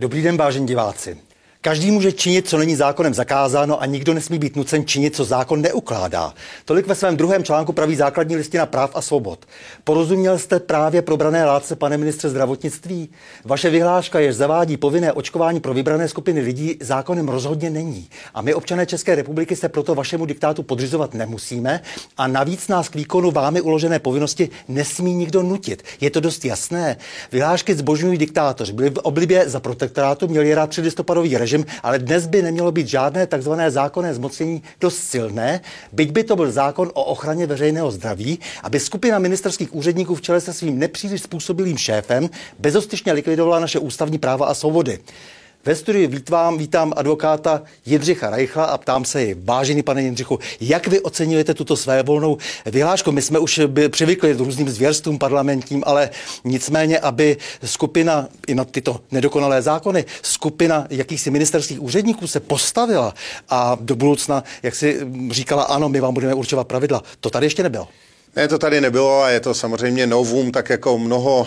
Dobrý den, vážení diváci. Každý může činit, co není zákonem zakázáno a nikdo nesmí být nucen činit, co zákon neukládá. Tolik ve svém druhém článku praví základní listina práv a svobod. Porozuměl jste právě probrané látce, pane ministře zdravotnictví? Vaše vyhláška, jež zavádí povinné očkování pro vybrané skupiny lidí, zákonem rozhodně není. A my, občané České republiky, se proto vašemu diktátu podřizovat nemusíme a navíc nás k výkonu vámi uložené povinnosti nesmí nikdo nutit. Je to dost jasné. Vyhlášky zbožňují diktátoři. Byli v oblibě za protektorátu, měli rád 3 listopadový režim, ale dnes by nemělo být žádné takzvané zákonné zmocnění dost silné, byť by to byl zákon o ochraně veřejného zdraví, aby skupina ministerských úředníků v čele se svým nepříliš způsobilým šéfem bezostyšně likvidovala naše ústavní práva a svobody. Ve studiu vítám advokáta Jindřicha Reichla a ptám se ji, vážený pane Jindřichu, jak vy oceňujete tuto svévolnou vyhlášku? My jsme už přivykli k různým zvěrstvům parlamentním, ale nicméně, aby skupina, i na tyto nedokonalé zákony, skupina jakýchsi ministerských úředníků se postavila a do budoucna, jak si říkala, ano, my vám budeme určovat pravidla, to tady ještě nebylo. Ne, to tady nebylo a je to samozřejmě novum, tak jako mnoho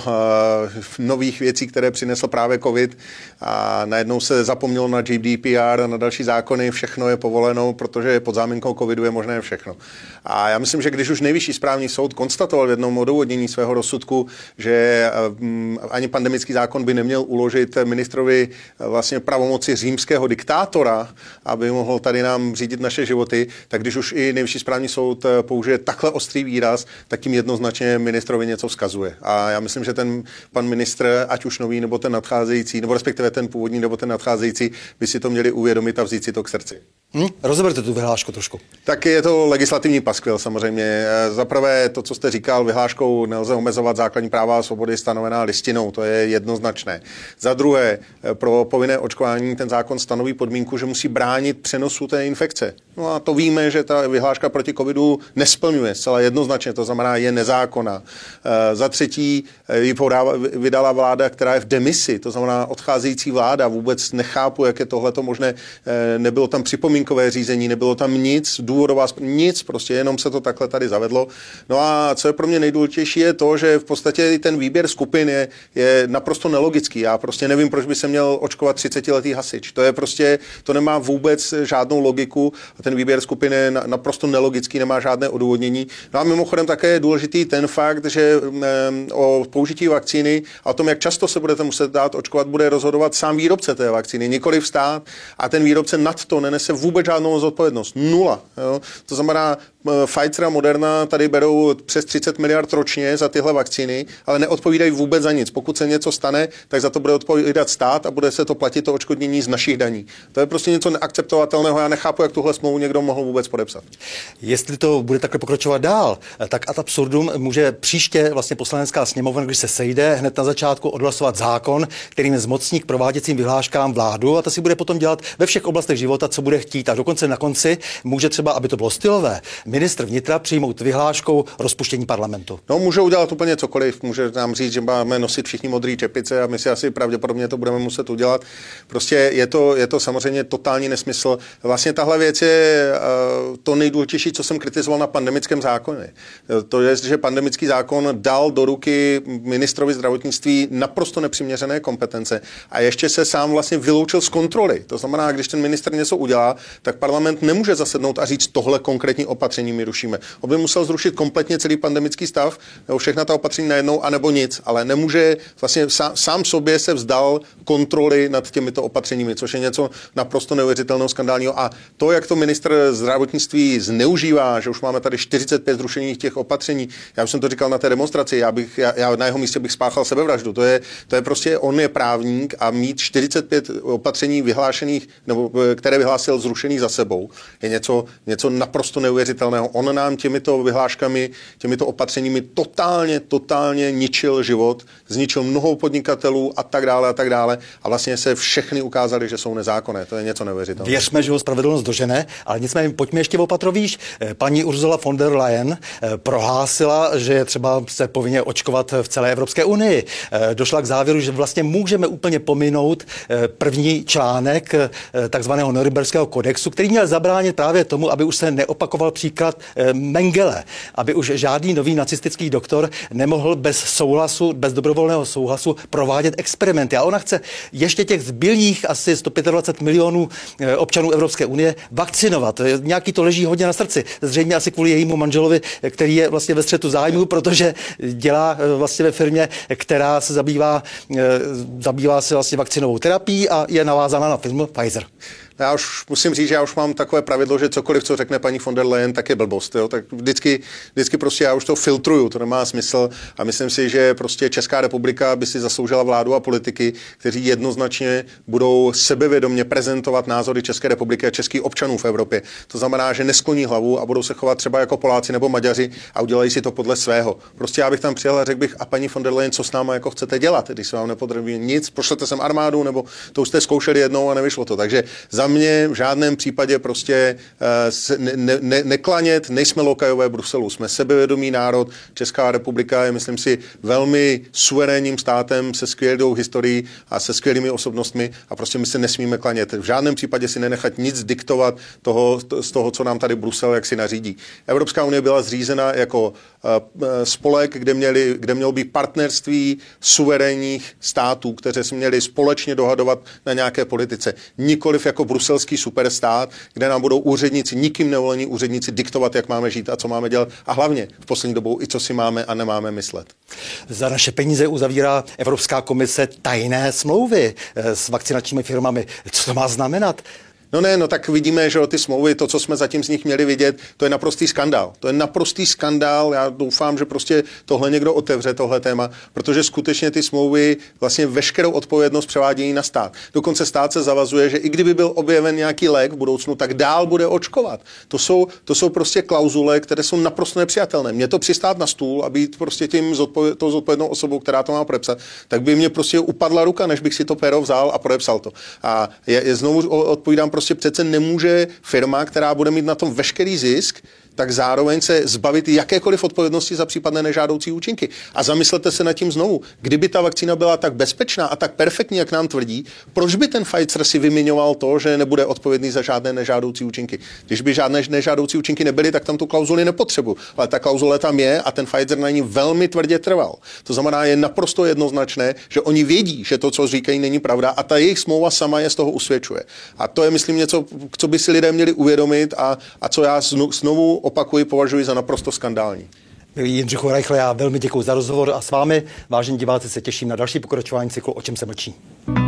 nových věcí, které přinesl právě covid a najednou se zapomnělo na GDPR a na další zákony, všechno je povoleno, protože pod záminkou covidu je možné všechno. A já myslím, že když už Nejvyšší správní soud konstatoval v jednom odůvodnění svého rozsudku, že ani pandemický zákon by neměl uložit ministrovi vlastně pravomoci římského diktátora, aby mohl tady nám řídit naše životy, tak když už i Nejvyšší správní soud použije takhle ostrý výraz, tak tím jednoznačně ministrovi něco vzkazuje. A já myslím, že ten pan ministr, ať už nový, nebo ten nadcházející, nebo respektive ten původní, nebo ten nadcházející, by si to měli uvědomit a vzít si to k srdci. Rozeberte tu vyhlášku trošku. Tak je to legislativní paskvil samozřejmě. Za prvé to, co jste říkal, vyhláškou nelze omezovat základní práva a svobody stanovená listinou, to je jednoznačné. Za druhé, pro povinné očkování ten zákon stanoví podmínku, že musí bránit přenosu té infekce. No a to víme, že ta vyhláška proti covidu nesplňuje zcela jednoznačně, to znamená, je nezákonná. Za třetí ji vydala vláda, která je v demisi, to znamená odcházející vláda. Vůbec nechápu, jak je tohleto možné. Nebylo tam připomínkové řízení, nebylo tam nic, důvodová nic, prostě jenom se to takhle tady zavedlo. No a co je pro mě nejdůležitější je to, že v podstatě ten výběr skupin je naprosto nelogický. Já prostě nevím, proč by se měl očkovat 30letý hasič. To je prostě, to nemá vůbec žádnou logiku a ten výběr skupin je naprosto nelogický, nemá žádné odůvodnění. No a mimochodem také je důležitý ten fakt, že o použití vakcíny a o tom, jak často se budete muset dát očkovat, bude rozhodovat sám výrobce té vakcíny, nikoliv stát, a ten výrobce nad to nenese vůbec žádnou zodpovědnost. 0. Jo? To znamená, Pfizer a Moderna tady berou přes 30 miliard ročně za tyhle vakcíny, ale neodpovídají vůbec za nic. Pokud se něco stane, tak za to bude odpovídat stát a bude se to platit to odškodnění z našich daní. To je prostě něco neakceptovatelného. Já nechápu, jak tuhle smlouvu někdo mohl vůbec podepsat. Jestli to bude takhle pokračovat dál, tak ad absurdum může příště vlastně Poslanecká sněmovna, když se sejde, hned na začátku odhlasovat zákon, kterým zmocní k prováděcím vyhláškám vládu a ta si bude potom dělat ve všech oblastech života, co bude chtít. A dokonce na konci může třeba, aby to bylo stylové, ministr vnitra přijmout vyhláškou rozpuštění parlamentu. No, může udělat úplně cokoliv. Může nám říct, že máme nosit všichni modrý čepice a my si asi pravděpodobně to budeme muset udělat. Prostě je to samozřejmě totální nesmysl. Vlastně tahle věc je to nejdůležitější, co jsem kritizoval na pandemickém zákoně. To je, že pandemický zákon dal do ruky ministrovi zdravotnictví naprosto nepřiměřené kompetence a ještě se sám vlastně vyloučil z kontroly. To znamená, když ten ministr něco udělá, tak parlament nemůže zasednout a říct, tohle konkrétní opatření my rušíme. On by musel zrušit kompletně celý pandemický stav, nebo všechna ta opatření najednou, anebo nic, ale nemůže, vlastně sám sobě se vzdal kontroly nad těmito opatřeními, což je něco naprosto neuvěřitelného, skandálního. A to, jak to ministr zdravotnictví zneužívá, že už máme tady 45 zrušených těch opatření, já už jsem to říkal na té demonstraci, já na jeho místě bych spáchal sebevraždu. To je prostě, on je právník a mít 45 opatření vyhlášených, nebo které vyhlásil zrušených za sebou, je něco naprosto neuvěřitelného. On nám těmito vyhláškami, těmito opatřeními totálně ničil život, zničil mnoho podnikatelů a tak dále. A vlastně se všechny ukázali, že jsou nezákonné. To je něco neuvěřitelného. Věřme, že ho spravedlnost dožene, ale nicméně pojďme ještě opatrovíš. Paní Ursula von der Leyen prohlásila, že je třeba se povinně očkovat v celé Evropské unii. Došla k závěru, že vlastně můžeme úplně pominout první článek takzvaného Norimberského kodexu, který měl zabránit právě tomu, aby už se neopakoval příklad Mengele, aby už žádný nový nacistický doktor nemohl bez souhlasu, bez dobrovolného souhlasu provádět experimenty. A ona chce ještě těch zbylých asi 125 milionů občanů Evropské unie vakcinovat. Nějaký to leží hodně na srdci. Zřejmě asi kvůli jejímu manželovi, který je vlastně ve střetu zájmu, protože dělá vlastně ve firmě, která se zabývá se vlastně vakcinovou terapií a je navázána na firmu Pfizer. Já už musím říct, že já už mám takové pravidlo, že cokoliv, co řekne paní von der Leyen, tak je blbost. Jo? Tak vždycky prostě já už to filtruju, to nemá smysl a myslím si, že prostě Česká republika by si zasloužila vládu a politiky, kteří jednoznačně budou sebevědomě prezentovat názory České republiky a českých občanů v Evropě. To znamená, že neskloní hlavu a budou se chovat třeba jako Poláci nebo Maďaři a udělají si to podle svého. Prostě já bych tam přijel a řekl bych, a paní von der Leyen, co s náma jako chcete dělat, když se vám nepodrobí nic, pošlete sem armádu, nebo to už jste zkoušeli jednou a nevyšlo to. Takže za mě v žádném případě prostě neklanět, nejsme lokajové Bruselu, jsme sebevědomý národ, Česká republika je, myslím si, velmi suverénním státem se skvělou historií a se skvělými osobnostmi a prostě my se nesmíme klanět. V žádném případě si nenechat nic diktovat z toho, co nám tady Brusel jak si nařídí. Evropská unie byla zřízena jako spolek, kde mělo být partnerství suverénních států, které se měli společně dohadovat na nějaké politice. Nikoliv jako bruselský superstát, kde nám budou úředníci, nikým nevolení úředníci diktovat, jak máme žít a co máme dělat a hlavně v poslední dobou i co si máme a nemáme myslet. Za naše peníze uzavírá Evropská komise tajné smlouvy s vakcinačními firmami. Co to má znamenat? No tak vidíme, že ty smlouvy, to, co jsme zatím z nich měli vidět, to je naprostý skandál. To je naprostý skandál. Já doufám, že prostě tohle někdo otevře, tohle téma, protože skutečně ty smlouvy vlastně veškerou odpovědnost převádějí na stát. Dokonce stát se zavazuje, že i kdyby byl objeven nějaký lék v budoucnu, tak dál bude očkovat. To jsou prostě klauzule, které jsou naprosto nepřijatelné. Mně to přistát na stůl a být prostě tou zodpovědnou osobou, která to má podepsat, tak by mě prostě upadla ruka, než bych si to péro vzal a podepsal to. A znovu odpovídám, prostě přece nemůže firma, která bude mít na tom veškerý zisk, tak zároveň se zbavit jakékoliv odpovědnosti za případné nežádoucí účinky. A zamyslete se nad tím znovu. Kdyby ta vakcína byla tak bezpečná a tak perfektní, jak nám tvrdí, proč by ten Pfizer si vymiňoval to, že nebude odpovědný za žádné nežádoucí účinky? Když by žádné nežádoucí účinky nebyly, tak tam tu klauzuli nepotřebuji. Ale ta klauzule tam je a ten Pfizer na ní velmi tvrdě trval. To znamená, je naprosto jednoznačné, že oni vědí, že to, co říkají, není pravda a ta jejich smlouva sama je z toho usvědčuje. A to je, myslím, něco, co by si lidé měli uvědomit a co já znovu opakuji, považuji za naprosto skandální. Jindřichu Reichle, já velmi děkuji za rozhovor a s vámi, vážení diváci, se těším na další pokračování cyklu O čem se mlčí.